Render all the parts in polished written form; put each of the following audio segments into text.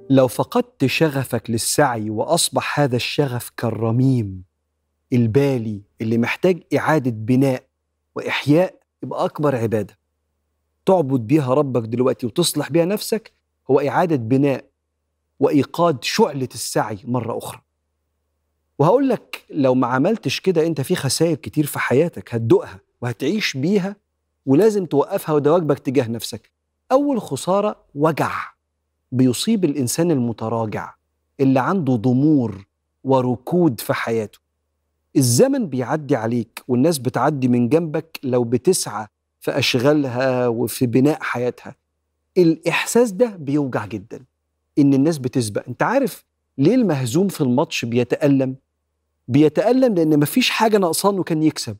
لو فقدت شغفك للسعي وأصبح هذا الشغف كالرميم البالي اللي محتاج إعادة بناء وإحياء، يبقى أكبر عبادة تعبد بيها ربك دلوقتي وتصلح بيها نفسك هو إعادة بناء وإيقاد شعلة السعي مرة أخرى. وهقول لك لو ما عملتش كده أنت في خسائر كتير في حياتك هتدوقها وهتعيش بيها، ولازم توقفها، وده واجبك تجاه نفسك. أول خسارة وجع بيصيب الإنسان المتراجع اللي عنده ضمور وركود في حياته. الزمن بيعدي عليك والناس بتعدي من جنبك لو بتسعى في أشغالها وفي بناء حياتها. الإحساس ده بيوجع جدا إن الناس بتسبق. أنت عارف ليه المهزوم في الماتش بيتألم؟ بيتألم لأن مفيش حاجة ناقصانه كان يكسب،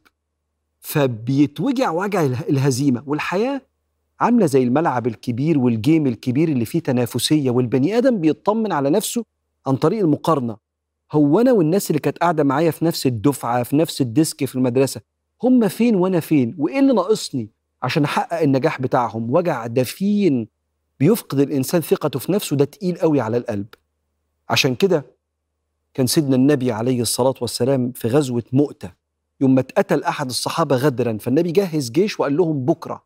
فبيتوجع وجع الهزيمة. والحياة عاملة زي الملعب الكبير والجيم الكبير اللي فيه تنافسية، والبني آدم بيطمن على نفسه عن طريق المقارنة. هو أنا والناس اللي كانت قاعدة معايا في نفس الدفعة في نفس الديسك في المدرسة، هم فين وأنا فين؟ وإيه اللي ناقصني عشان أحقق النجاح بتاعهم؟ وجع دفين بيفقد الإنسان ثقته في نفسه، ده تقيل قوي على القلب. عشان كده كان سيدنا النبي عليه الصلاة والسلام في غزوة مؤتة يوم ما اتقتل أحد الصحابة غدرا، فالنبي جهز جيش وقال لهم بكرة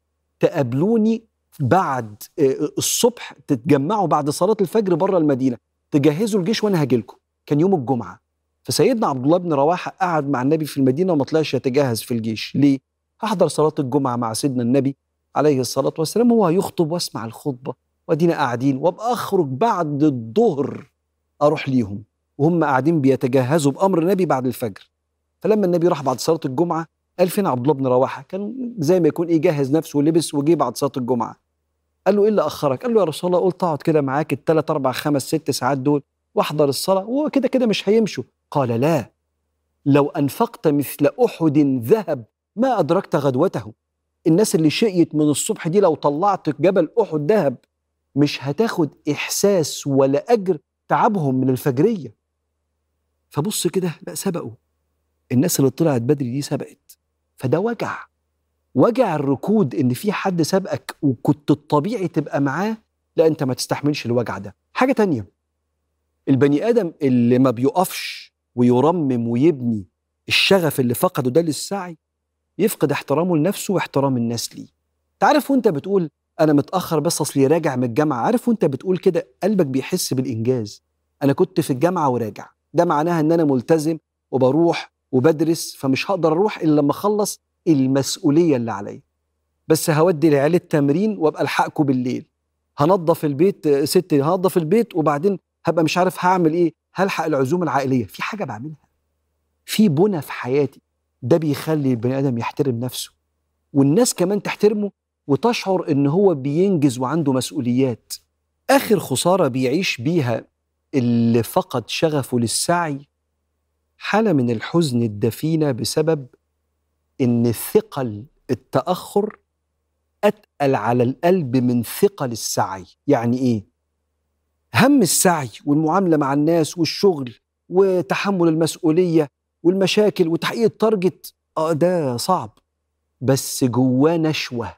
تقابلوني بعد الصبح، تتجمعوا بعد صلاة الفجر بره المدينة، تجهزوا الجيش وأنا هجيلكم. كان يوم الجمعة. فسيدنا عبد الله بن رواحة قعد مع النبي في المدينة وما طلعش يتجهز في الجيش. ليه؟ هحضر صلاة الجمعة مع سيدنا النبي عليه الصلاة والسلام، هو هيخطب واسمع الخطبة وادينا قاعدين، وابقى أخرج بعد الظهر أروح ليهم وهم قاعدين بيتجهزوا بأمر النبي بعد الفجر. فلما النبي راح بعد صلاة الجمعة قال فين عبد الله بن رواحة؟ كان زي ما يكون جهز نفسه ولبس وجي بعد صلاة الجمعة. قال له ايه اللي اخرك؟ قال له يا رسول الله قلت اقعد كده معاك الثلاث اربع خمس ست ساعات دول واحضر الصلاة، وهو كده كده مش هيمشوا. قال لا، لو انفقت مثل احد ذهب ما ادركت غدوته. الناس اللي شقيت من الصبح دي لو طلعت جبل احد ذهب مش هتاخد احساس ولا اجر تعبهم من الفجرية. فبص كده، لا سبقوا الناس اللي طلعت بدري دي، سبقت. فده وجع الركود ان في حد سبقك وكنت الطبيعي تبقى معاه، لا انت ما تستحملش الوجع ده. حاجة تانية، البني آدم اللي ما بيقفش ويرمم ويبني الشغف اللي فقده ده للسعي يفقد احترامه لنفسه واحترام الناس ليه. تعرف وانت بتقول انا متأخر بس اصلي راجع من الجامعة، عارف وانت بتقول كده قلبك بيحس بالإنجاز. انا كنت في الجامعة وراجع، ده معناها ان انا ملتزم وبروح وبدرس، فمش هقدر اروح الا لما اخلص المسؤولية اللي عليا. بس هودي العيال التمرين وابقى الحقكم بالليل، هنظف البيت ستي، هنظف البيت وبعدين هبقى مش عارف هعمل ايه، هلحق العزومة العائلية. في حاجة بعملها، في بنى في حياتي. ده بيخلي البني آدم يحترم نفسه والناس كمان تحترمه وتشعر ان هو بينجز وعنده مسؤوليات. آخر خسارة بيعيش بيها اللي فقد شغفه للسعي حالة من الحزن الدفينة بسبب إن ثقل التأخر أتقل على القلب من ثقل السعي. يعني إيه؟ هم السعي والمعاملة مع الناس والشغل وتحمل المسؤولية والمشاكل وتحقيق التارجت، ده صعب بس جواه نشوة.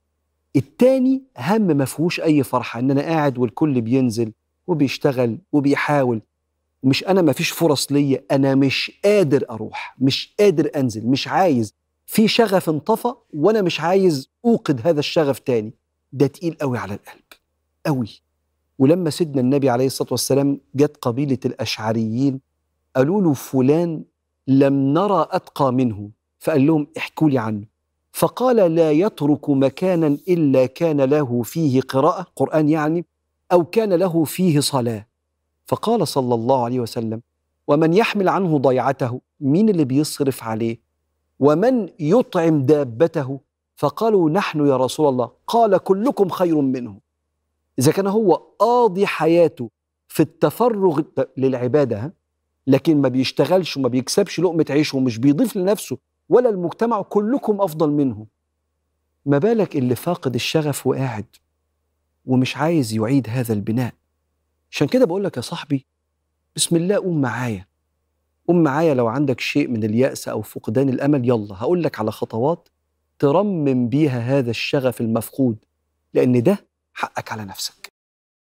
التاني هم ما فيهوش أي فرحة، إن أنا قاعد والكل بينزل وبيشتغل وبيحاول، مش أنا ما فيش فرص ليا، أنا مش قادر أروح، مش قادر أنزل، مش عايز، في شغف انطفى وأنا مش عايز أوقد هذا الشغف تاني. ده تقيل قوي على القلب قوي. ولما سيدنا النبي عليه الصلاة والسلام جت قبيلة الأشعريين قالوا له فلان لم نرى أتقى منه، فقال لهم احكوا لي عنه. فقال لا يترك مكانا إلا كان له فيه قراءة قرآن يعني، أو كان له فيه صلاة. فقال صلى الله عليه وسلم ومن يحمل عنه ضيعته، مين اللي بيصرف عليه؟ ومن يطعم دابته؟ فقالوا نحن يا رسول الله. قال كلكم خير منه. إذا كان هو قاضي حياته في التفرغ للعبادة لكن ما بيشتغلش وما بيكسبش لقمة عيشه ومش بيضيف لنفسه ولا المجتمع، كلكم أفضل منه. ما بالك اللي فاقد الشغف وقاعد ومش عايز يعيد هذا البناء؟ عشان كده بقول لك يا صاحبي، بسم الله قوم معايا، قوم معايا. لو عندك شيء من اليأس أو فقدان الأمل، يلا هقول لك على خطوات ترمم بيها هذا الشغف المفقود، لأن ده حقك على نفسك.